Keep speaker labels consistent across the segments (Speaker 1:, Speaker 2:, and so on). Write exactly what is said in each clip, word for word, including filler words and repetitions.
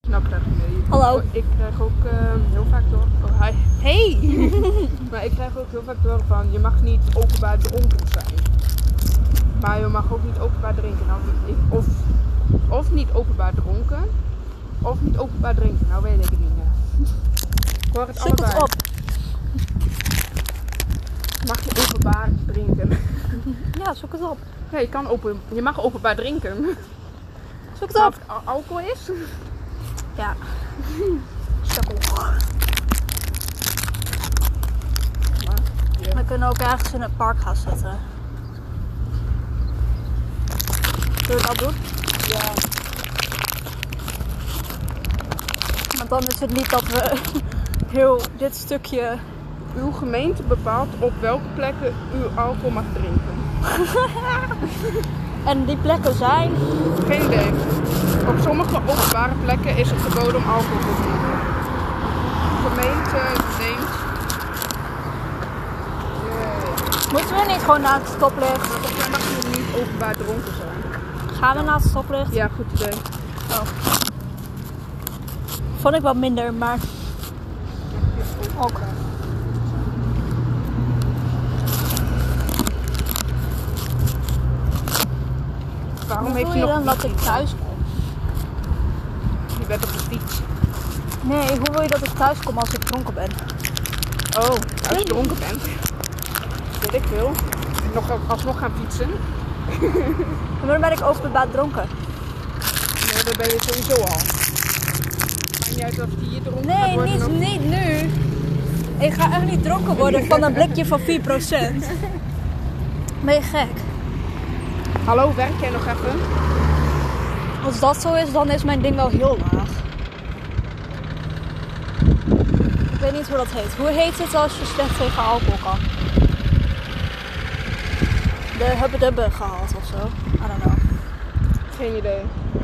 Speaker 1: Nou, krijg ik mee.
Speaker 2: Hallo.
Speaker 1: Ik krijg ook uh, heel vaak door... Oh, hi. Hey! Maar ik krijg ook heel vaak door van, je mag niet openbaar dronken zijn. Maar je mag ook niet openbaar drinken. Nou, ik, of, of niet openbaar dronken, of niet openbaar drinken. Nou weet ik het niet meer. Ik hoor het
Speaker 2: Zoek
Speaker 1: allebei.
Speaker 2: het op.
Speaker 1: Mag je openbaar drinken?
Speaker 2: Ja, zoek het op.
Speaker 1: Ja, je, kan open, je mag openbaar drinken.
Speaker 2: Zoek het op.
Speaker 1: Of het al- alcohol is?
Speaker 2: Ja. Sukkel.
Speaker 1: Ja.
Speaker 2: We kunnen ook ergens in het park gaan zitten. Zullen we dat doen?
Speaker 1: Ja.
Speaker 2: Want dan is het niet dat we heel dit stukje...
Speaker 1: Uw gemeente bepaalt op welke plekken u alcohol mag drinken.
Speaker 2: En die plekken zijn...
Speaker 1: Geen idee. Op sommige openbare plekken is het verboden om alcohol te drinken. De gemeente neemt... Yeah.
Speaker 2: Moeten we niet gewoon naar het stoplicht?
Speaker 1: Maar volgens mij mag je niet openbaar dronken zijn.
Speaker 2: Gaan we naar het stoplicht?
Speaker 1: Ja, goed idee.
Speaker 2: Oh. Vond ik wat minder, maar ook.
Speaker 1: Waarom
Speaker 2: Hoe
Speaker 1: heeft
Speaker 2: wil
Speaker 1: je
Speaker 2: je
Speaker 1: nog
Speaker 2: dan dat ik
Speaker 1: fiets?
Speaker 2: thuis kom?
Speaker 1: Je bent op de fiets.
Speaker 2: Nee, hoe wil je dat ik thuis kom als ik dronken ben?
Speaker 1: Oh, als je dronken bent. Weet ik veel. Nog, alsnog gaan fietsen.
Speaker 2: Maar dan ben ik openbaar dronken.
Speaker 1: Nee, dat ben je sowieso al. Maakt niet uit of die hier dronken gaat
Speaker 2: Nee,
Speaker 1: worden
Speaker 2: niet,
Speaker 1: of...
Speaker 2: niet nu. Ik ga echt niet dronken worden van een blikje van vier procent. Ben je gek?
Speaker 1: Hallo, werk jij nog even?
Speaker 2: Als dat zo is, dan is mijn ding wel heel laag. Ik weet niet hoe dat heet. Hoe heet het als je slecht tegen alcohol kan? De hubbe-dubbe gehad of zo. I don't know.
Speaker 1: Geen idee.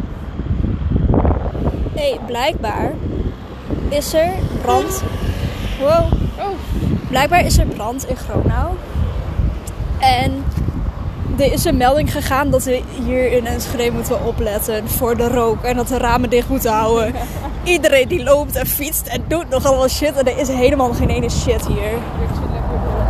Speaker 2: Hé, hey, blijkbaar is er brand. Wow.
Speaker 1: Oh,
Speaker 2: Blijkbaar is er brand in Gronau. En er is een melding gegaan dat we hier in Enschede moeten opletten voor de rook. En dat de ramen dicht moeten houden. Iedereen die loopt en fietst en doet nog allemaal shit. En er is helemaal geen ene shit hier.
Speaker 1: ik zit lekker op de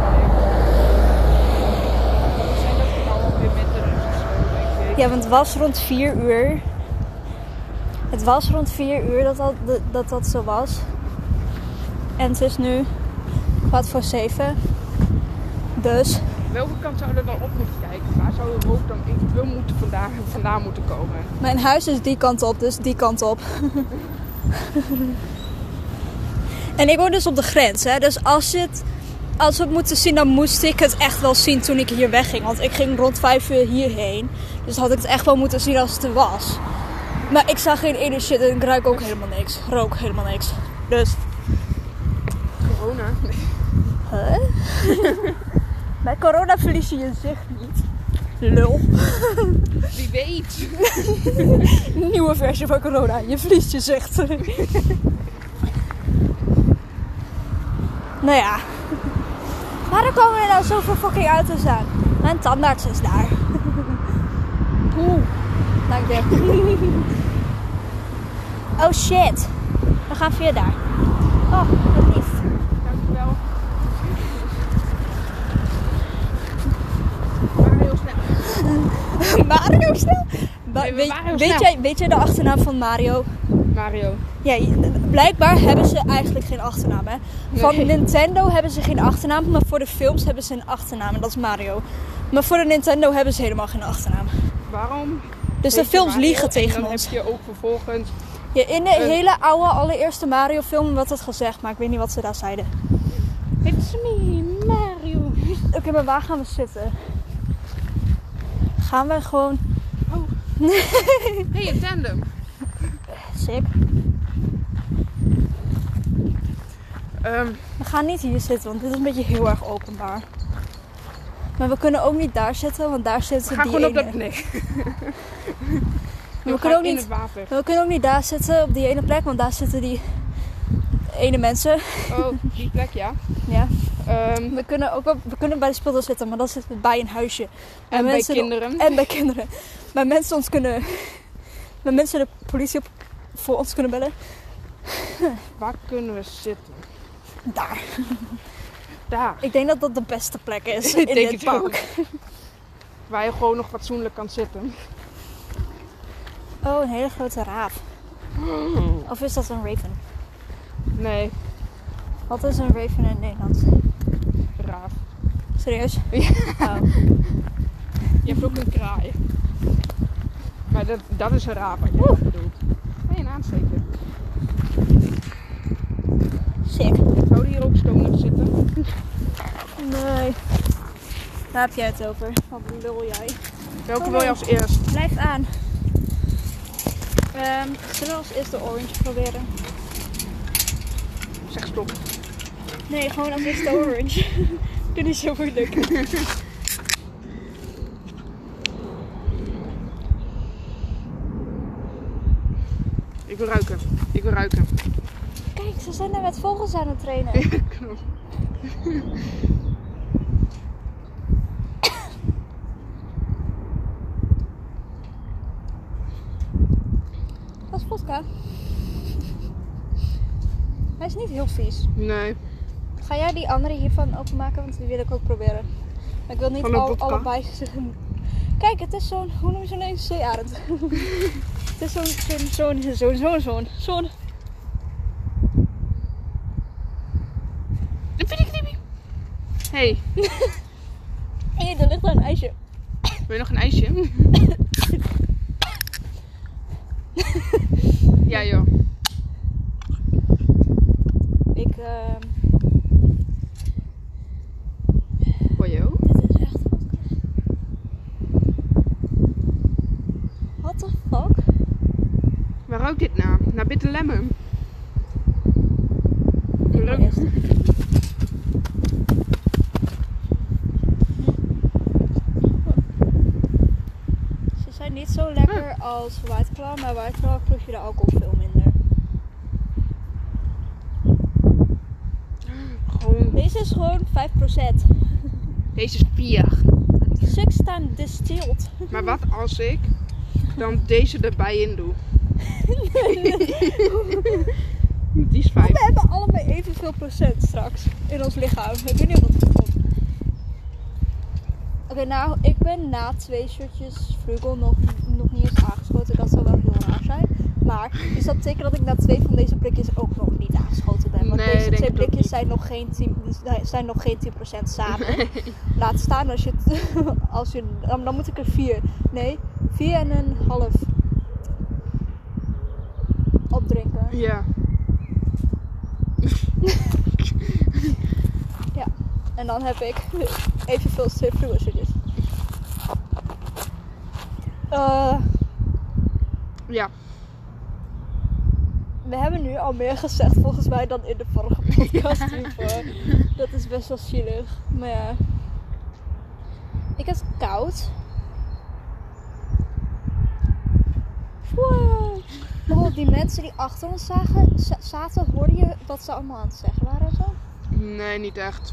Speaker 1: Zijn dat het allemaal weer met de rust of zo? Ik weet
Speaker 2: Ja, want het was rond vier uur. Het was rond vier uur dat dat, dat, dat zo was. En het is nu kwart voor zeven. Dus
Speaker 1: Welke kant zouden we dan op moeten kijken? Waar zou de rook dan eventueel moeten vandaan, vandaan moeten komen?
Speaker 2: mijn huis is die kant op, dus die kant op. En ik woon dus op de grens, hè. Dus als, je het, als we het moeten zien, dan moest ik het echt wel zien toen ik hier wegging. Want ik ging rond vijf uur hierheen. Dus had ik het echt wel moeten zien als het er was. Maar ik zag geen ene shit en ik ruik ook helemaal niks. Rook helemaal niks. Dus...
Speaker 1: Corona.
Speaker 2: Huh? Bij corona verlies je je zicht niet. Lul.
Speaker 1: Wie weet.
Speaker 2: Nieuwe versie van corona. Je verliest je zicht. Nou ja. Waarom komen er nou zoveel fucking auto's aan? Mijn tandarts is daar. Oeh. Dank je. Oh shit. We gaan via daar. Oh, wat lief.
Speaker 1: Dankjewel. We waren heel snel.
Speaker 2: Mario snel? Ba-
Speaker 1: Nee, we
Speaker 2: weet,
Speaker 1: waren heel
Speaker 2: weet,
Speaker 1: snel.
Speaker 2: jij, weet jij de achternaam van Mario?
Speaker 1: Mario.
Speaker 2: Ja, blijkbaar hebben ze eigenlijk geen achternaam, hè. Van
Speaker 1: Nee.
Speaker 2: Nintendo hebben ze geen achternaam, maar voor de films hebben ze een achternaam en dat is Mario. Maar voor de Nintendo hebben ze helemaal geen achternaam.
Speaker 1: Waarom?
Speaker 2: Dus de
Speaker 1: heet je
Speaker 2: films
Speaker 1: Mario
Speaker 2: liegen tegen
Speaker 1: en dan
Speaker 2: ons.
Speaker 1: heb je ook vervolgens...
Speaker 2: Ja, in de
Speaker 1: een-
Speaker 2: hele oude, allereerste Mario film werd dat gezegd, maar ik weet niet wat ze daar zeiden.
Speaker 1: It's me, Mario.
Speaker 2: Oké, maar waar gaan we zitten? Gaan we gewoon...
Speaker 1: Oh. Hey, een tandem.
Speaker 2: Sick.
Speaker 1: Um,
Speaker 2: We gaan niet hier zitten, want dit is een beetje heel erg openbaar. Maar we kunnen ook niet daar zitten, want daar
Speaker 1: we
Speaker 2: zitten
Speaker 1: gaan
Speaker 2: die
Speaker 1: gewoon op
Speaker 2: ene...
Speaker 1: dat... Nee.
Speaker 2: We
Speaker 1: We
Speaker 2: kunnen ook
Speaker 1: in
Speaker 2: niet-
Speaker 1: het water.
Speaker 2: We kunnen ook niet daar zitten, op die ene plek, want daar zitten die ene mensen.
Speaker 1: Oh, die plek, ja.
Speaker 2: Ja.
Speaker 1: Um,
Speaker 2: We kunnen ook wel- we kunnen bij de speeltuin zitten, maar dan zitten we bij een huisje.
Speaker 1: en bij
Speaker 2: mensen-
Speaker 1: kinderen.
Speaker 2: En bij kinderen. Maar mensen ons kunnen... Maar mensen de politie op... voor ons kunnen bellen.
Speaker 1: Waar kunnen we zitten?
Speaker 2: Daar.
Speaker 1: Daar.
Speaker 2: Ik denk dat dat de beste plek is
Speaker 1: Ik
Speaker 2: in
Speaker 1: denk
Speaker 2: dit
Speaker 1: het ook.
Speaker 2: park.
Speaker 1: Waar je gewoon nog fatsoenlijk kan zitten.
Speaker 2: Oh, een hele grote raaf. Of is dat een raven?
Speaker 1: Nee,
Speaker 2: Wat is een raven in het Nederlands?
Speaker 1: raaf.
Speaker 2: Serieus?
Speaker 1: Ja.
Speaker 2: Oh.
Speaker 1: Je hebt ook een kraai. Maar dat, dat is een raaf wat je dat bedoelt. Nee, een aansteker.
Speaker 2: Sick.
Speaker 1: Zouden hier ook stoners zitten?
Speaker 2: Nee. Daar heb jij het over. Wat lul jij?
Speaker 1: Welke
Speaker 2: Oh,
Speaker 1: wil je
Speaker 2: nee.
Speaker 1: als eerst?
Speaker 2: Blijf aan. Um, zullen we als eerste de orange proberen?
Speaker 1: Zeg stop.
Speaker 2: Nee, gewoon als eerste de orange. Doe niet zo moeilijk.
Speaker 1: Ik wil ruiken. Ik wil ruiken.
Speaker 2: Kijk, ze zijn daar met vogels aan het trainen.
Speaker 1: Knop.
Speaker 2: Dat is vodka. Hij is niet heel vies.
Speaker 1: Nee.
Speaker 2: Ga jij die andere hiervan openmaken? Want die wil ik ook proberen. Maar ik wil niet
Speaker 1: Van de
Speaker 2: al,
Speaker 1: vodka?
Speaker 2: allebei zeggen. Kijk, het is zo'n... Hoe noem je zo'n een zeearend? Het is zo'n... Zo'n... Zo'n... Zo'n... Zo'n... Zo'n... Zo'n...
Speaker 1: Dat vind ik niet. Hey,
Speaker 2: Hé, er ligt daar een ijsje.
Speaker 1: wil je nog een ijsje? Ja joh.
Speaker 2: Ik... ehm
Speaker 1: Hoor je ook?
Speaker 2: Dit is echt vodka. What the fuck?
Speaker 1: Waar ruikt dit naar? Naar bitter lemon.
Speaker 2: Ik wil eerst. Ze zijn niet zo lekker als White Claw, maar White Claw proef je de alcohol veel minder.
Speaker 1: Gewoon,
Speaker 2: Deze is gewoon vijf procent.
Speaker 1: deze is vier.
Speaker 2: Sextaan distilled.
Speaker 1: Maar wat als ik dan deze erbij in doe? Die is vijf.
Speaker 2: We hebben allebei evenveel procent straks in ons lichaam. Ik weet niet of dat goed komt. Oké, nou, ik ben na twee shotjes Vlugel nog, nog niet eens aangeschoten. Dat zou wel heel raar zijn. Maar dus dat betekent dat ik na twee van deze prikjes ook nog niet aangeschoten ben. Want
Speaker 1: Nee,
Speaker 2: deze
Speaker 1: denk
Speaker 2: twee
Speaker 1: ik ook
Speaker 2: prikjes
Speaker 1: niet.
Speaker 2: zijn nog geen tien, zijn nog geen tien procent samen.
Speaker 1: Nee.
Speaker 2: Laat staan als je het, als je, dan, dan moet ik er vier. Nee, vier en een half opdrinken.
Speaker 1: Ja.
Speaker 2: Ja, en dan heb ik evenveel als twee vloeiertjes. Uh,
Speaker 1: Ja.
Speaker 2: we hebben nu al meer gezegd volgens mij dan in de vorige podcast hiervoor. Dat is best wel zielig. Maar ja. Ik heb het koud. Wow. Oh, die mensen die achter ons zagen, z- zaten, hoorde je wat ze allemaal aan het zeggen waren en zo?
Speaker 1: Nee, niet echt.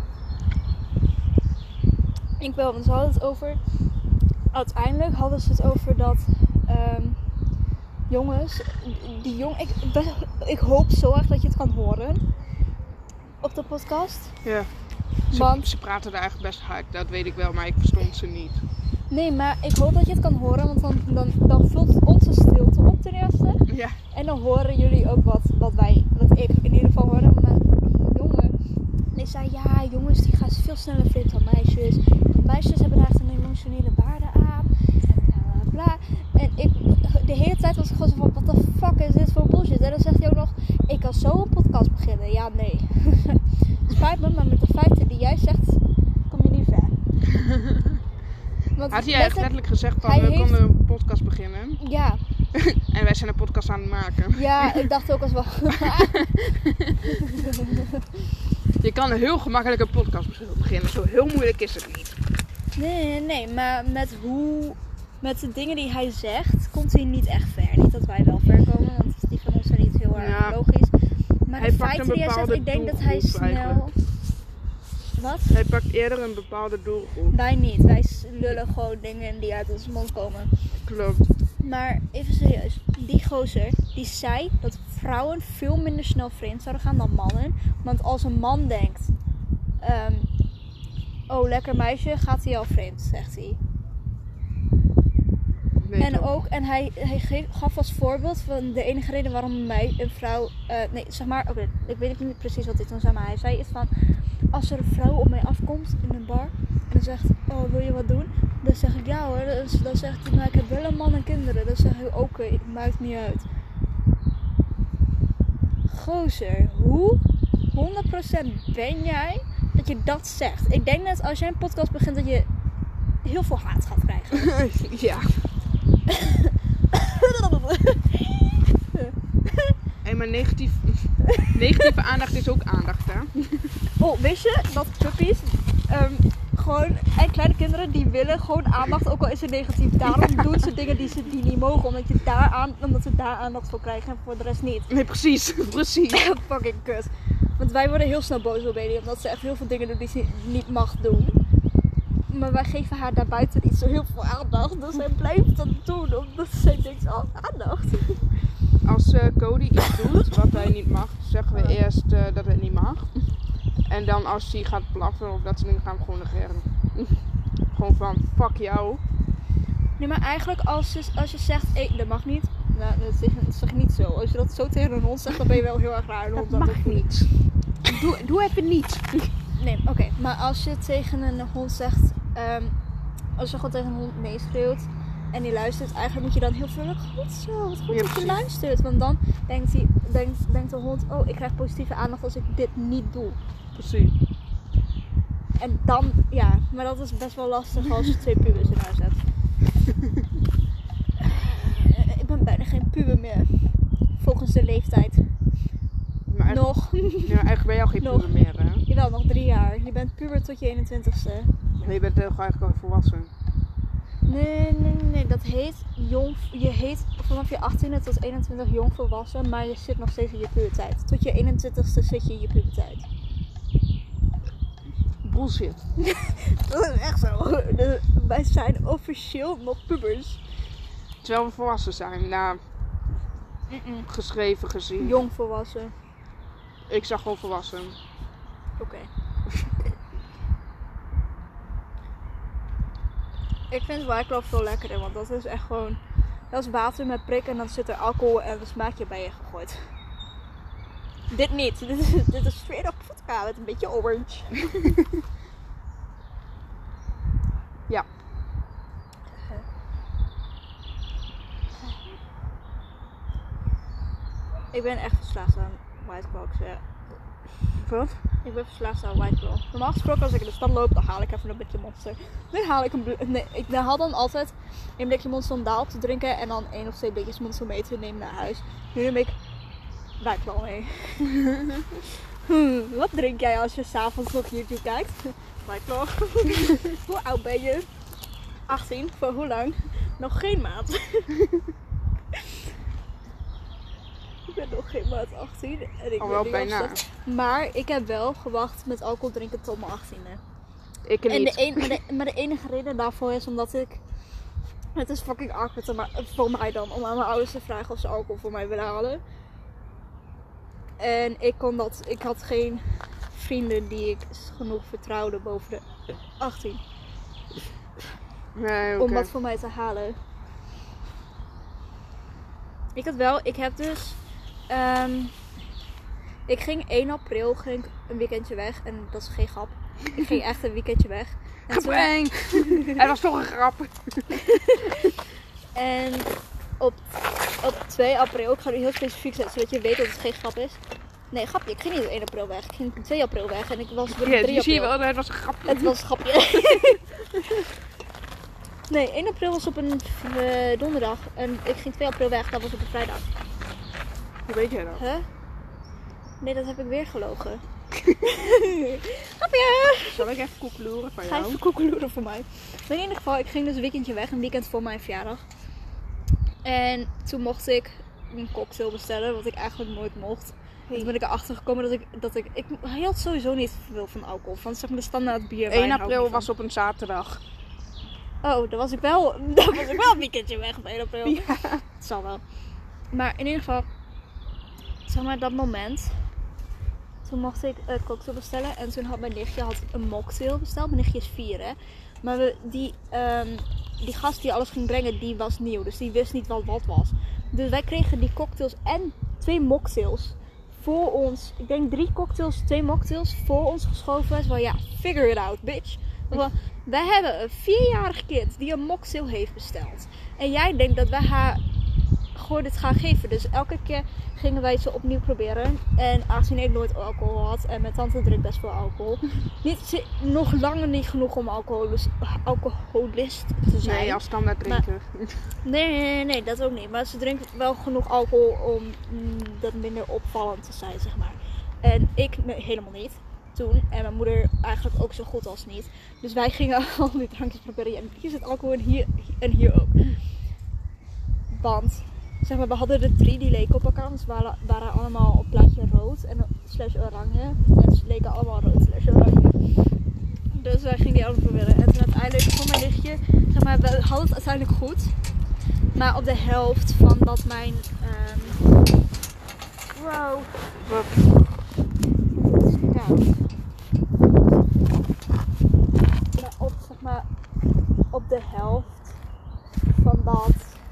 Speaker 2: Ik wel, want ze hadden het over... Uiteindelijk hadden ze het over dat... Um, jongens, die jong... Ik, ik hoop zo erg dat je het kan horen. Op de podcast.
Speaker 1: Ja. Ze,
Speaker 2: Want-
Speaker 1: ze praten er eigenlijk best hard, dat weet ik wel, maar ik verstond ze niet.
Speaker 2: Nee, maar ik hoop dat je het kan horen. Want dan, dan, dan vult het onze stilte op ten eerste.
Speaker 1: Ja.
Speaker 2: En dan horen jullie ook wat, wat wij... Wat ik in ieder geval hoorde. Maar die jongen... Die zei, ja, jongens die gaan veel sneller vreemd dan meisjes. Want meisjes hebben daar echt een emotionele waarde aan. En bla bla bla. En ik, de hele tijd was ik gewoon zo van, what the fuck is dit voor bullshit? En dan zegt hij ook nog, ik kan zo een podcast beginnen. Ja, nee. Spijt me, maar met de feiten die jij zegt, kom je niet ver. Want
Speaker 1: Had hij echt letterlijk gezegd van,
Speaker 2: hij
Speaker 1: we
Speaker 2: heeft-
Speaker 1: konden een podcast beginnen.
Speaker 2: Ja,
Speaker 1: En wij zijn een podcast aan het maken.
Speaker 2: ja, ik dacht ook als wel.
Speaker 1: Je kan een heel gemakkelijk een podcast beginnen. Zo heel moeilijk is het niet.
Speaker 2: Nee, nee, nee, maar met hoe, met de dingen die hij zegt, komt hij niet echt ver. Niet dat wij wel ver komen, want die van ons zijn niet heel erg
Speaker 1: Ja.
Speaker 2: logisch. Maar
Speaker 1: Hij
Speaker 2: de
Speaker 1: pakt
Speaker 2: feiten
Speaker 1: een
Speaker 2: die hij zegt,
Speaker 1: bepaalde
Speaker 2: ik denk dat hij
Speaker 1: doelgroep
Speaker 2: snel...
Speaker 1: eigenlijk.
Speaker 2: Wat?
Speaker 1: Hij pakt eerder een bepaalde doelgroep.
Speaker 2: Wij niet. Wij lullen gewoon dingen die uit onze mond komen.
Speaker 1: Klopt.
Speaker 2: Maar even serieus. Die gozer, die zei dat vrouwen veel minder snel vreemd zouden gaan dan mannen. Want als een man denkt... Um, oh, lekker meisje, gaat hij al vreemd, zegt hij.
Speaker 1: Nee,
Speaker 2: En
Speaker 1: toch?
Speaker 2: ook, en hij, hij geef, gaf als voorbeeld van de enige reden waarom een, mei, een vrouw... Uh, nee, zeg maar, oké, okay, ik weet niet precies wat dit toen zei, maar hij zei iets van... Als er een vrouw op mij afkomt in een bar en dan zegt, oh, wil je wat doen? Dan zeg ik, ja hoor. Dan, dan zegt hij, maar ik heb wel een man en kinderen. Dan zeg ik, oké, okay, maakt niet uit. Gozer, hoe honderd procent ben jij dat je dat zegt? Ik denk net als jij een podcast begint dat je heel veel haat gaat krijgen.
Speaker 1: Ja. Hey, maar negatief, negatieve aandacht is ook aandacht, hè?
Speaker 2: Oh, wist je dat puppies, um, gewoon, en kleine kinderen die willen gewoon aandacht, ook al is het negatief. Daarom ja. doen ze dingen die ze die niet mogen, omdat, je daar aan, omdat ze daar aandacht voor krijgen en voor de rest niet.
Speaker 1: Nee, precies, precies.
Speaker 2: Fucking kut. Want wij worden heel snel boos op Bailey, omdat ze echt heel veel dingen doen die ze niet mag doen. Maar wij geven haar daarbuiten niet zo heel veel aandacht, dus zij blijft dat doen, omdat zij denkt, oh, aandacht.
Speaker 1: Als uh, Cody iets doet wat hij niet mag, zeggen we eerst uh, dat het niet mag. En dan als hij gaat blaffen of dat soort dingen, gaan we gewoon negeren. Gewoon van, fuck jou.
Speaker 2: Nee, maar eigenlijk als je, als je zegt, hé, dat mag niet. Nou, dat zeg, dat zeg je niet zo. Als je dat zo tegen een hond zegt, dan ben je wel heel erg raar.
Speaker 1: Dat,
Speaker 2: dat
Speaker 1: mag niet. Doe, doe even niet.
Speaker 2: Nee, oké. Okay. Maar als je tegen een hond zegt, um, als je gewoon tegen een hond meeschreeuwt en die luistert, eigenlijk moet je dan heel veel goed zo, wat goed
Speaker 1: ja,
Speaker 2: dat je luistert. Want dan denkt, die, denkt, denkt de hond, oh, ik krijg positieve aandacht als ik dit niet doe.
Speaker 1: Precies.
Speaker 2: En dan, ja, maar dat is best wel lastig als je twee pubers in huis hebt. Ik ben bijna geen puber meer. Volgens de leeftijd.
Speaker 1: Maar
Speaker 2: nog.
Speaker 1: Ja, eigenlijk ben je al geen puber meer, hè?
Speaker 2: Jawel, nog drie jaar. Je bent puber tot je eenentwintigste.
Speaker 1: Nee, je bent eigenlijk al volwassen.
Speaker 2: Nee, nee, nee. Dat heet jong... Je heet vanaf je achttiende tot eenentwintig jong volwassen, maar je zit nog steeds in je puberteit. Tot je eenentwintigste zit je in je puberteit.
Speaker 1: Bullshit.
Speaker 2: Dat is echt zo. Wij zijn officieel nog pubers.
Speaker 1: Terwijl we volwassen zijn, nou,
Speaker 2: Mm-mm.
Speaker 1: geschreven gezien.
Speaker 2: Jong volwassen.
Speaker 1: Ik zag gewoon volwassen.
Speaker 2: Oké. Okay. Ik vind Wycliffe veel lekkerder, want dat is echt gewoon... Dat is water met prik en dan zit er alcohol en een smaakje bij je gegooid. Dit niet. Dit is, dit is straight up vodka met een beetje orange.
Speaker 1: Ja.
Speaker 2: Ik ben echt verslaafd aan White Claws, ja.
Speaker 1: Wat?
Speaker 2: Ik ben verslaafd aan White Claw. Normaal gesproken als ik in de stad loop, dan haal ik even een blikje Monster. Nu haal ik een blikje... Nee, ik haal dan altijd een blikje Monster om daar op te drinken en dan één of twee blikjes Monster mee te nemen naar huis. Nu neem ik White Claw mee. hmm, wat drink jij als je s'avonds nog YouTube kijkt? White Claw. Hoe oud ben je? achttien. Voor hoe lang? Nog geen maand. Ik ben nog geen maand achttien. En ik
Speaker 1: Al wel
Speaker 2: ben
Speaker 1: bijna.
Speaker 2: Afstand. Maar ik heb wel gewacht met alcohol drinken tot mijn achttiende.
Speaker 1: Ik niet.
Speaker 2: En de een, maar, de, maar de enige reden daarvoor is omdat ik... Het is fucking awkward maar, voor mij dan om aan mijn ouders te vragen of ze alcohol voor mij willen halen. En ik kon dat... Ik had geen vrienden die ik genoeg vertrouwde boven de achttien.
Speaker 1: Nee, okay.
Speaker 2: Om dat voor mij te halen. Ik had wel... Ik heb dus... Um, ik ging één april ging een weekendje weg. En dat is geen grap. Ik ging echt een weekendje weg. En
Speaker 1: toen... Het was toch een grap.
Speaker 2: En op, op twee april... Ik ga nu heel specifiek zijn, zodat je weet dat het geen grap is. Nee, grapje. Ik ging niet op één april weg. Ik ging op twee april weg. En ik was op drie april.
Speaker 1: Ja, zie je wel. Het was een grapje.
Speaker 2: Het was een grapje. Nee, één april was op een uh, donderdag. En ik ging twee april weg. Dat was op een vrijdag.
Speaker 1: Hoe weet jij dat?
Speaker 2: Huh? Nee, dat heb ik weer gelogen. Grapje!
Speaker 1: Zal ik even koekeloeren van
Speaker 2: jou? Ga even koekeloeren voor mij. Maar in ieder geval, ik ging dus een weekendje weg. Een weekend voor mijn verjaardag. En toen mocht ik een cocktail bestellen. Wat ik eigenlijk nooit mocht. Hey. Toen ben ik erachter gekomen dat ik... Dat ik, ik hield sowieso niet veel van alcohol. Van zeg maar de standaard bier.
Speaker 1: één april was op een zaterdag.
Speaker 2: Oh, dan was ik wel, dan was ik wel een weekendje weg op één april.
Speaker 1: Ja.
Speaker 2: Het zal wel. Maar in ieder geval, zeg maar dat moment. Toen mocht ik een cocktail bestellen. En toen had mijn nichtje had een mocktail besteld. Mijn nichtje is vier, hè. Maar we, die, um, die gast die alles ging brengen, die was nieuw. Dus die wist niet wat wat was. Dus wij kregen die cocktails en twee mocktails voor ons. Ik denk drie cocktails, twee mocktails voor ons geschoven. Dus wel ja, figure it out, bitch. Want wij hebben een vierjarig kind die een mocktail heeft besteld. En jij denkt dat wij haar gewoon dit gaan geven. Dus elke keer gingen wij ze opnieuw proberen. En aangezien ik nooit alcohol had en mijn tante drinkt best veel alcohol. Niet, nog langer niet genoeg om alcoholist, alcoholist te zijn.
Speaker 1: Nee, als standaard drinker.
Speaker 2: Maar, nee, nee, nee, nee, dat ook niet. Maar ze drinkt wel genoeg alcohol om mm, dat minder opvallend te zijn, zeg maar. En ik nee, helemaal niet. Toen. En mijn moeder eigenlijk ook zo goed als niet. Dus wij gingen al die drankjes proberen. En hier zit alcohol en hier, en hier ook. Want, zeg maar, we hadden er drie die leken op elkaar. Want ze waren, waren allemaal op plaatje rood en slash oranje. En ze leken allemaal rood slash oranje. Dus wij gingen die allemaal proberen. En toen uiteindelijk voor mijn nichtje, zeg maar, we hadden het uiteindelijk goed. Maar op de helft van dat mijn... Um... Wow. Het is koud. Maar op, zeg maar, op de helft van dat...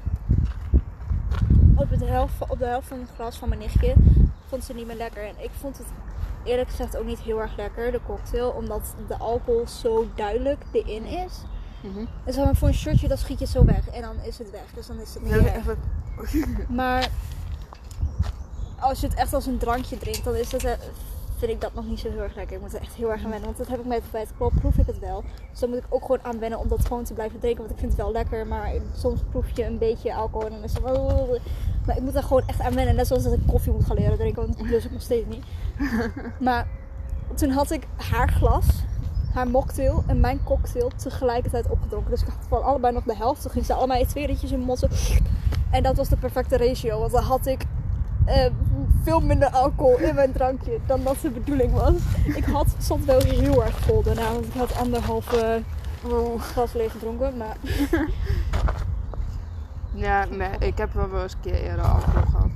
Speaker 2: Op de, helft, op de helft van het glas van mijn nichtje vond ze niet meer lekker. En ik vond het eerlijk gezegd ook niet heel erg lekker, de cocktail. Omdat de alcohol zo duidelijk erin is.
Speaker 1: Mm-hmm.
Speaker 2: En zeg maar, voor een shotje dat schiet je zo weg. En dan is het weg. Dus dan is het niet
Speaker 1: Ja,
Speaker 2: erg.
Speaker 1: even...
Speaker 2: Maar als je het echt als een drankje drinkt, dan is het, uh, vind ik dat nog niet zo heel erg lekker. Ik moet er echt heel erg aan wennen. Want dat heb ik met bij het klop, proef ik het wel. Dus dan moet ik ook gewoon aan wennen om dat gewoon te blijven drinken. Want ik vind het wel lekker. Maar soms proef je een beetje alcohol en dan is het wel... Maar ik moet er gewoon echt aan wennen. Net zoals dat ik koffie moet gaan leren drinken. Want dat lust ik nog steeds niet. Maar toen had ik haar glas, haar mocktail en mijn cocktail tegelijkertijd opgedronken. Dus ik had van allebei nog de helft. Toen ging ze allebei twee ritjes in mijn mond. Zo. En dat was de perfecte ratio. Want dan had ik uh, veel minder alcohol in mijn drankje dan dat de bedoeling was. Ik had soms wel heel erg vol daarna. Want ik had anderhalf uh, glas leeg gedronken. Maar...
Speaker 1: Ja, nee, ik heb wel eens een keer eerder alcohol gehad.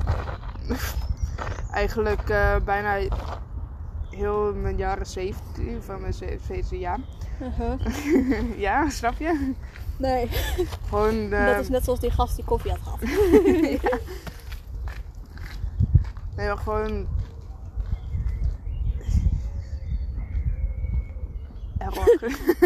Speaker 1: Eigenlijk uh, bijna heel mijn jaren zeventien van mijn zeventiende jaar.
Speaker 2: Uh-huh.
Speaker 1: Ja, snap je?
Speaker 2: Nee.
Speaker 1: Gewoon, uh...
Speaker 2: Dat is net zoals die gast die koffie had gehad.
Speaker 1: Ja. Nee, maar gewoon... Error.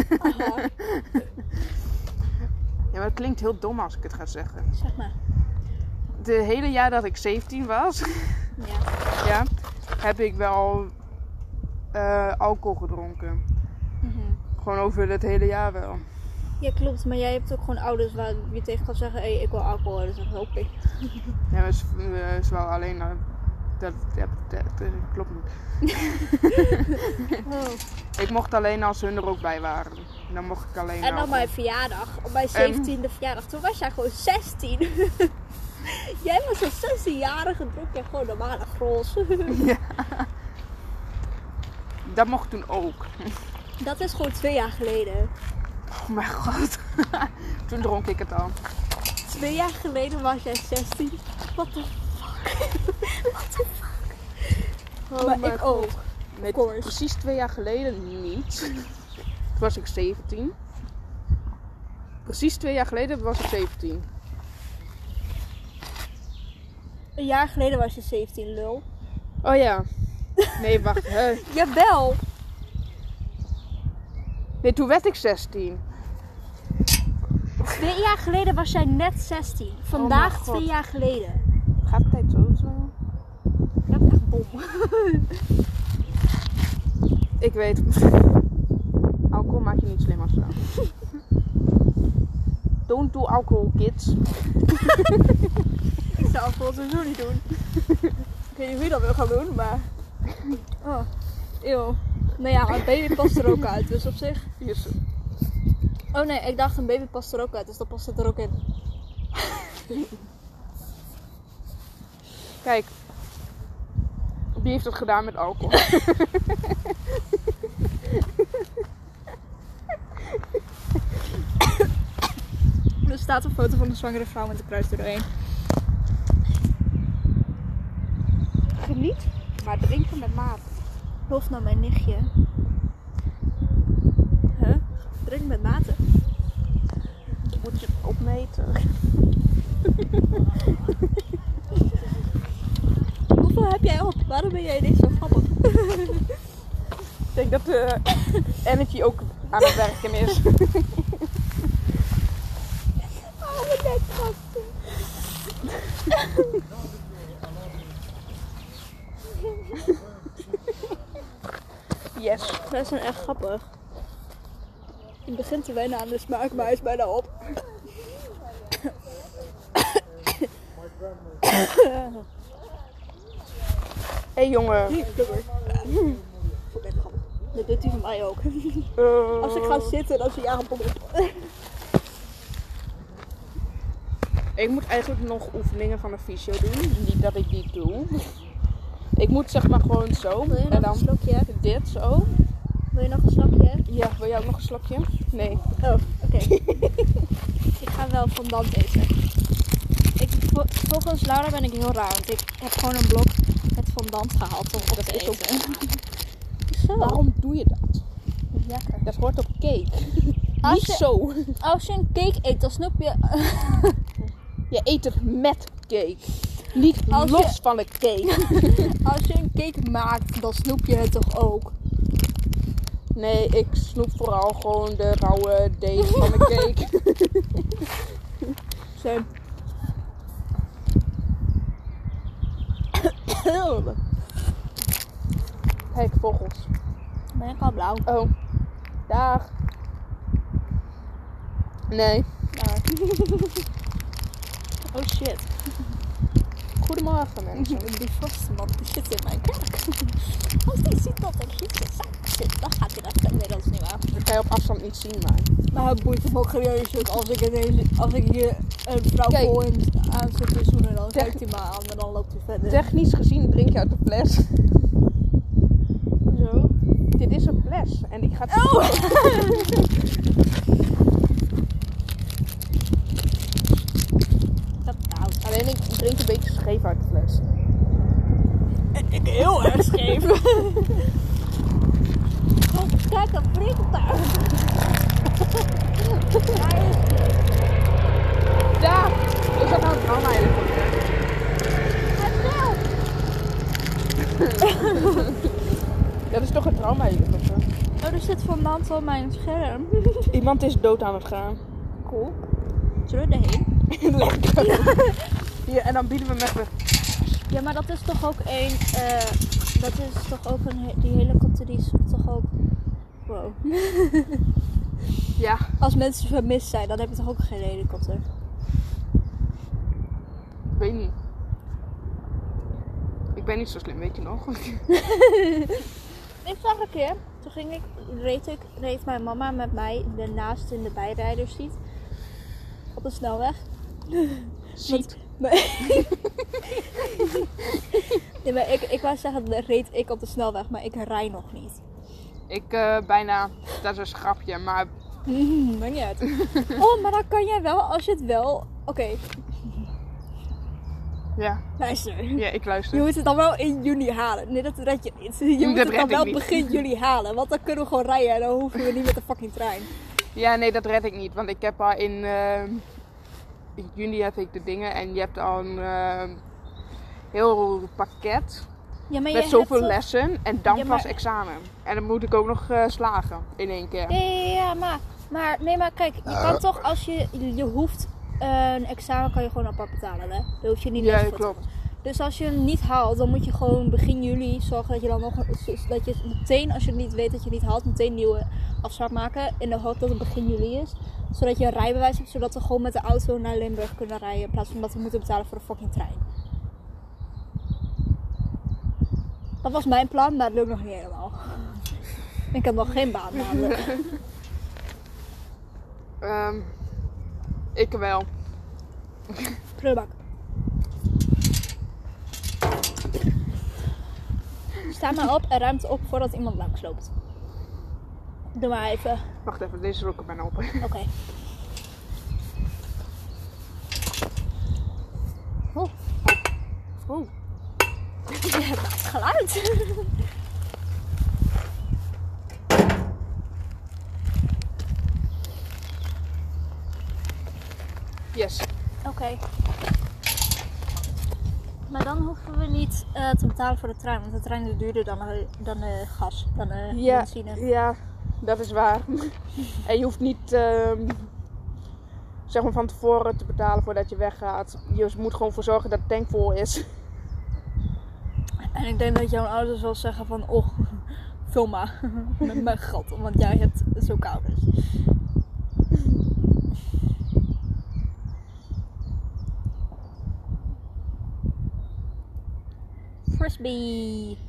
Speaker 1: Ja, maar het klinkt heel dom als ik het ga zeggen.
Speaker 2: Zeg maar.
Speaker 1: De hele jaar dat ik zeventien was,
Speaker 2: ja.
Speaker 1: Ja, heb ik wel uh, alcohol gedronken.
Speaker 2: Mm-hmm.
Speaker 1: Gewoon over het hele jaar wel.
Speaker 2: Ja, klopt. Maar jij hebt ook gewoon ouders waar je tegen kan zeggen, hé, hey, ik wil alcohol. Dus dan hoop ik.
Speaker 1: Ja, maar het is wel alleen... Uh, dat, dat, dat, dat klopt niet.
Speaker 2: Oh.
Speaker 1: Ik mocht alleen als hun er ook bij waren. Dan mocht ik alleen
Speaker 2: En dan mijn verjaardag, op mijn zeventiende verjaardag, toen was jij gewoon zestien. Jij was een zestienjarige, dronk je gewoon normale gros.
Speaker 1: Ja. Dat mocht toen ook.
Speaker 2: Dat is gewoon twee jaar geleden.
Speaker 1: Oh mijn god. Toen dronk ik het al.
Speaker 2: Twee jaar geleden was jij zestien. What the fuck? What the fuck? Oh maar ik god. Ook.
Speaker 1: Nee, precies twee jaar geleden niet. Toen was ik zeventien. Precies twee jaar geleden was ik zeventien.
Speaker 2: Een jaar geleden was je zeventien, lul.
Speaker 1: Oh ja. Nee, wacht. Hè.
Speaker 2: Jawel.
Speaker 1: Nee, toen werd ik zestien.
Speaker 2: Twee jaar geleden was jij net zestien. Vandaag oh twee jaar geleden.
Speaker 1: Gaat de tijd zo zo?
Speaker 2: Dat is echt bom.
Speaker 1: Ik weet. Alcohol maakt je niet slim als zo. Don't do alcohol, kids.
Speaker 2: Ik zou alcohol sowieso niet doen. Ik weet niet hoe je dat wil gaan doen, maar... Oh, eeuw. Nou ja, een baby past er ook uit, dus op zich...
Speaker 1: Yes.
Speaker 2: Oh nee, ik dacht een baby past er ook uit, dus dan past het er ook in.
Speaker 1: Kijk. Wie heeft het gedaan met alcohol?
Speaker 2: er staat een foto van een zwangere vrouw met een kruis erdoorheen.
Speaker 1: Geniet, maar drinken met mate.
Speaker 2: Lof naar mijn nichtje. Huh? Drink met mate.
Speaker 1: Moet je het opmeten?
Speaker 2: Hoeveel heb jij op? Waarom ben jij ineens zo grappig?
Speaker 1: Ik denk dat de energy ook aan het werken is.
Speaker 2: Oh, mijn nek gasten.
Speaker 1: Yes.
Speaker 2: Wij zijn echt grappig. Ik begin te wennen aan de smaak, maar hij is bijna op.
Speaker 1: Hé hey, jongen.
Speaker 2: Niet blubber. Dat doet hij van mij ook.
Speaker 1: Uh,
Speaker 2: Als ik ga zitten, dan zie je aanpop op.
Speaker 1: Ik moet eigenlijk nog oefeningen van een fysio doen. Niet dat ik die doe. Ik moet zeg maar gewoon zo.
Speaker 2: Wil je nog
Speaker 1: en dan
Speaker 2: een slokje?
Speaker 1: dit zo.
Speaker 2: Wil je nog een slokje?
Speaker 1: Ja, wil jij ook nog een slokje? Nee.
Speaker 2: Oh, oké. Okay. Ik ga wel fondant eten. Ik, vol, volgens Laura ben ik heel raar, want ik heb gewoon een blok met fondant gehaald om op
Speaker 1: Dat
Speaker 2: te
Speaker 1: is ook
Speaker 2: eten. Zo.
Speaker 1: Waarom doe je dat?
Speaker 2: Lekker.
Speaker 1: Dat hoort op cake.
Speaker 2: Als
Speaker 1: Niet
Speaker 2: je,
Speaker 1: zo.
Speaker 2: als je een cake eet, dan snoep je...
Speaker 1: Je eet het met cake. Niet
Speaker 2: Als
Speaker 1: los
Speaker 2: je-
Speaker 1: van de cake.
Speaker 2: Als je een cake maakt, dan snoep je het toch ook?
Speaker 1: Nee, ik snoep vooral gewoon de rauwe deeg van de cake.
Speaker 2: Zo.
Speaker 1: Kijk, vogels.
Speaker 2: Ben ik al blauw?
Speaker 1: Oh. Dag. Nee.
Speaker 2: Daar. Oh shit.
Speaker 1: Goedemorgen mensen.
Speaker 2: Die vaste man die zit in mijn kaak. Als die ziet dat er iets in zak zit, dan gaat hij dat verder. Nee, dat is niet waar.
Speaker 1: Dat kan je op afstand niet zien, maar...
Speaker 2: Maar het boeit hem ook serieus. Als ik, ineens, als ik hier een vrouw
Speaker 1: Kijk.
Speaker 2: vol in aan zit te zoenen, dan
Speaker 1: Tech-
Speaker 2: kijkt hij maar aan en dan loopt hij verder.
Speaker 1: Technisch gezien drink je uit de fles.
Speaker 2: Zo.
Speaker 1: Dit is een fles en ik ga het...
Speaker 2: Oh! Dat koud.
Speaker 1: Alleen ik drink een beetje scheef uit de fles.
Speaker 2: Ik heel erg scheef. Kijk, een vliegtuig.
Speaker 1: Daar! Is dat nou een trauma eigenlijk? Dat is toch een trauma helikopter?
Speaker 2: Oh, er zit fondant op mijn scherm.
Speaker 1: Iemand is dood aan het gaan.
Speaker 2: Cool. Zullen we erheen?
Speaker 1: Lekker. Hier, en dan bieden we hem even.
Speaker 2: Ja, maar dat is toch ook een... Uh, dat is toch ook een... Die helikopter die is toch ook... Wow.
Speaker 1: Ja.
Speaker 2: Als mensen vermist zijn, dan heb je toch ook geen helikopter?
Speaker 1: Ik weet niet. Ik ben niet zo slim, weet je nog?
Speaker 2: Ik zag een keer, toen ging ik, reed, ik, reed mijn mama met mij daarnaast in de bijrijderseat op de snelweg.
Speaker 1: Ziet.
Speaker 2: Nee, maar ik, ik wou zeggen, dan reed ik op de snelweg, maar ik rij nog niet.
Speaker 1: Ik uh, bijna, dat is een grapje, maar...
Speaker 2: Mm, maakt niet uit. Oh, maar dan kan jij wel, als je het wel... Oké, okay.
Speaker 1: Ja.
Speaker 2: Luister.
Speaker 1: Ja, ik luister.
Speaker 2: Je moet het dan wel in juni halen. Nee, dat red je niet. Je moet
Speaker 1: Dat
Speaker 2: het
Speaker 1: red
Speaker 2: dan
Speaker 1: ik
Speaker 2: wel
Speaker 1: niet.
Speaker 2: begin juli halen. Want dan kunnen we gewoon rijden en dan hoeven we niet met de fucking trein.
Speaker 1: Ja, nee, dat red ik niet. Want ik heb al in, uh, in juni heb ik de dingen en je hebt al een uh, heel pakket
Speaker 2: Ja, maar je
Speaker 1: met zoveel
Speaker 2: hebt toch...
Speaker 1: lessen en dan
Speaker 2: Ja, maar-
Speaker 1: pas examen. En dan moet ik ook nog uh, slagen in één keer.
Speaker 2: Ja, ja, ja, maar, maar, nee, maar kijk, je kan toch als je, je hoeft uh, een examen kan je gewoon apart betalen, hè? Daar hoef je niet
Speaker 1: Ja,
Speaker 2: les voor te
Speaker 1: klopt.
Speaker 2: doen. Dus als je hem niet haalt, dan moet je gewoon begin juli zorgen dat je dan nog, dat je meteen, als je niet weet dat je het niet haalt, meteen een nieuwe afspraak maken. In de hoop dat het begin juli is. Zodat je een rijbewijs hebt, zodat we gewoon met de auto naar Limburg kunnen rijden. In plaats van dat we moeten betalen voor de fucking trein. Dat was mijn plan, maar dat lukt nog niet helemaal. Ik heb nog geen baan namelijk.
Speaker 1: Um, ik wel.
Speaker 2: Prullenbak. Sta maar op en ruimt op voordat iemand langs loopt. Doe maar even.
Speaker 1: Wacht even, deze is ook bijna op.
Speaker 2: Oké. Okay. Je maakt geluid.
Speaker 1: Yes.
Speaker 2: Oké. Okay. Maar dan hoeven we niet uh, te betalen voor de trein, want de trein is duurder dan, uh, dan uh, gas, dan uh,
Speaker 1: ja,
Speaker 2: benzine.
Speaker 1: Ja, dat is waar. En je hoeft niet uh, zeg maar van tevoren te betalen voordat je weggaat. Je moet gewoon voor zorgen dat de tank vol is.
Speaker 2: En ik denk dat jouw ouders wel zeggen van, oh, vul maar met mijn gat, want jij hebt zulke ouders. Frisbee.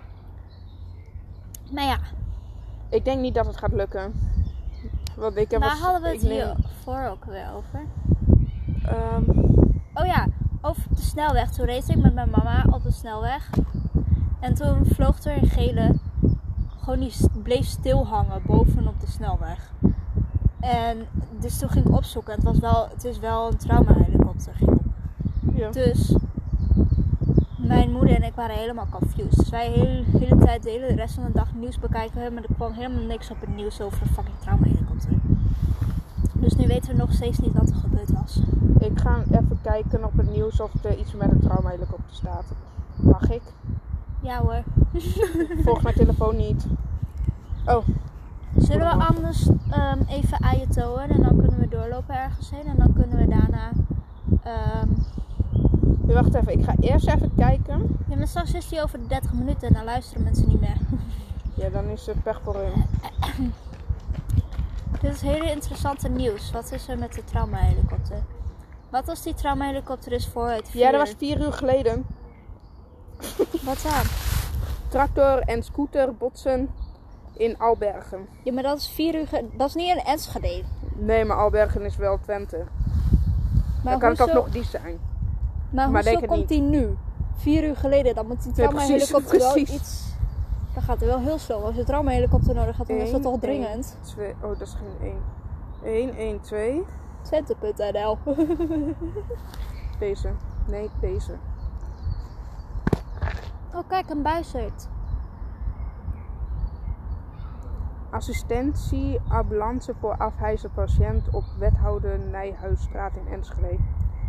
Speaker 2: Maar ja.
Speaker 1: Ik denk niet dat het gaat lukken. Want ik heb
Speaker 2: Waar
Speaker 1: als,
Speaker 2: hadden we het
Speaker 1: ik
Speaker 2: hier
Speaker 1: neem...
Speaker 2: voor ook weer over?
Speaker 1: Um...
Speaker 2: Oh ja, over de snelweg. Toen reed ik met mijn mama op de snelweg. En toen vloog er een gele. Gewoon die bleef stil hangen bovenop de snelweg. En dus toen ging ik opzoeken. En het, was wel, het is wel een traumahelikopter.
Speaker 1: Ja.
Speaker 2: Dus mijn moeder en ik waren helemaal confused. Dus wij de hele, hele tijd, de hele rest van de dag nieuws bekijken. Maar er kwam helemaal niks op het nieuws over een fucking traumahelikopter. Dus nu weten we nog steeds niet wat er gebeurd was.
Speaker 1: Ik ga even kijken op het nieuws of er iets met een traumahelikopter staat. Mag ik?
Speaker 2: Ja hoor.
Speaker 1: Volg mijn telefoon niet. Oh.
Speaker 2: Zullen we anders um, even Ayatowen en dan kunnen we doorlopen ergens heen. En dan kunnen we daarna... Um...
Speaker 1: Wacht even, ik ga eerst even kijken.
Speaker 2: Ja, maar straks is die over de dertig minuten en dan luisteren mensen niet meer.
Speaker 1: Ja, dan is het pech voor hun.
Speaker 2: Dit is hele interessante nieuws. Wat is er met de traumahelikopter? Wat als die traumahelikopter is voor het vuur?
Speaker 1: Ja, dat was vier uur geleden.
Speaker 2: Wat dan?
Speaker 1: Tractor en scooter botsen in Albergen.
Speaker 2: Ja, maar dat is vier uur... Ge- dat is niet in Enschede.
Speaker 1: Nee, maar Albergen is wel Twente.
Speaker 2: Maar
Speaker 1: dan kan
Speaker 2: hoezo...
Speaker 1: het toch nog die zijn.
Speaker 2: Maar,
Speaker 1: maar
Speaker 2: hoezo komt die nu? Vier uur geleden, dan moet die traumahelikopter wel iets... Dan gaat er wel heel snel. Als je een traumahelikopter nodig hebt, dan is dat toch dringend?
Speaker 1: twee Oh, dat is geen één. één, één, twee
Speaker 2: Twente punt n l
Speaker 1: Deze. Nee, deze.
Speaker 2: Oh, kijk, een buizerd.
Speaker 1: Assistentie ambulance voor afhijzer patiënt op Wethouder Nijhuisstraat in Enschede.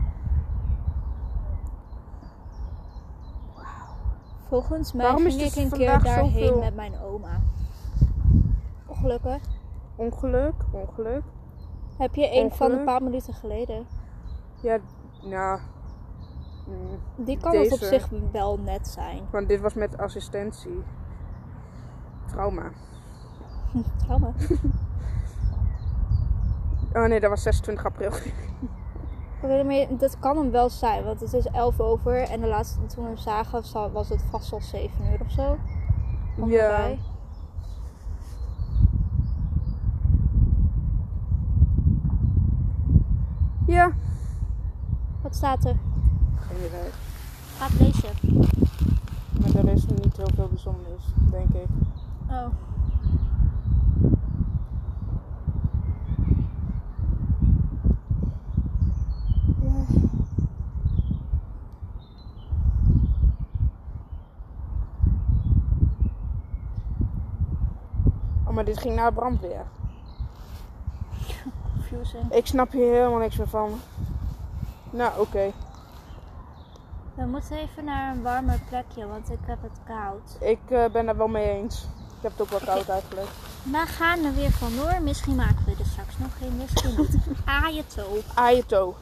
Speaker 2: Volgens mij
Speaker 1: Waarom
Speaker 2: ging
Speaker 1: is
Speaker 2: ik
Speaker 1: dus
Speaker 2: een keer
Speaker 1: vandaag
Speaker 2: daarheen
Speaker 1: zoveel...
Speaker 2: met mijn oma. Ongelukkig.
Speaker 1: Ongeluk, ongeluk.
Speaker 2: Heb je een
Speaker 1: ongeluk.
Speaker 2: van een paar minuten geleden?
Speaker 1: Ja, nou... Mm,
Speaker 2: Die kan
Speaker 1: deze,
Speaker 2: het op zich wel net zijn.
Speaker 1: Want dit was met assistentie. Trauma.
Speaker 2: Trauma.
Speaker 1: Oh nee, dat was zesentwintig april.
Speaker 2: Dat kan hem wel zijn, want het is elf over en de laatste toen we hem zagen was het vast al zeven uur of zo.
Speaker 1: Ja. Ja.
Speaker 2: Wat staat er?
Speaker 1: Geen idee.
Speaker 2: Ga het lezen.
Speaker 1: Maar er is niet heel veel bijzonders, denk ik.
Speaker 2: Oh.
Speaker 1: Oh, maar dit ging naar brandweer.
Speaker 2: Confusing.
Speaker 1: Ik snap hier helemaal niks meer van. Nou, oké. Okay.
Speaker 2: We moeten even naar een warmer plekje, want ik heb het koud.
Speaker 1: Ik uh, ben er wel mee eens. Ik heb het ook wel koud okay. eigenlijk.
Speaker 2: We gaan er weer vandoor. Misschien maken we er straks nog geen. Misschien niet. Ayato.
Speaker 1: Ayato.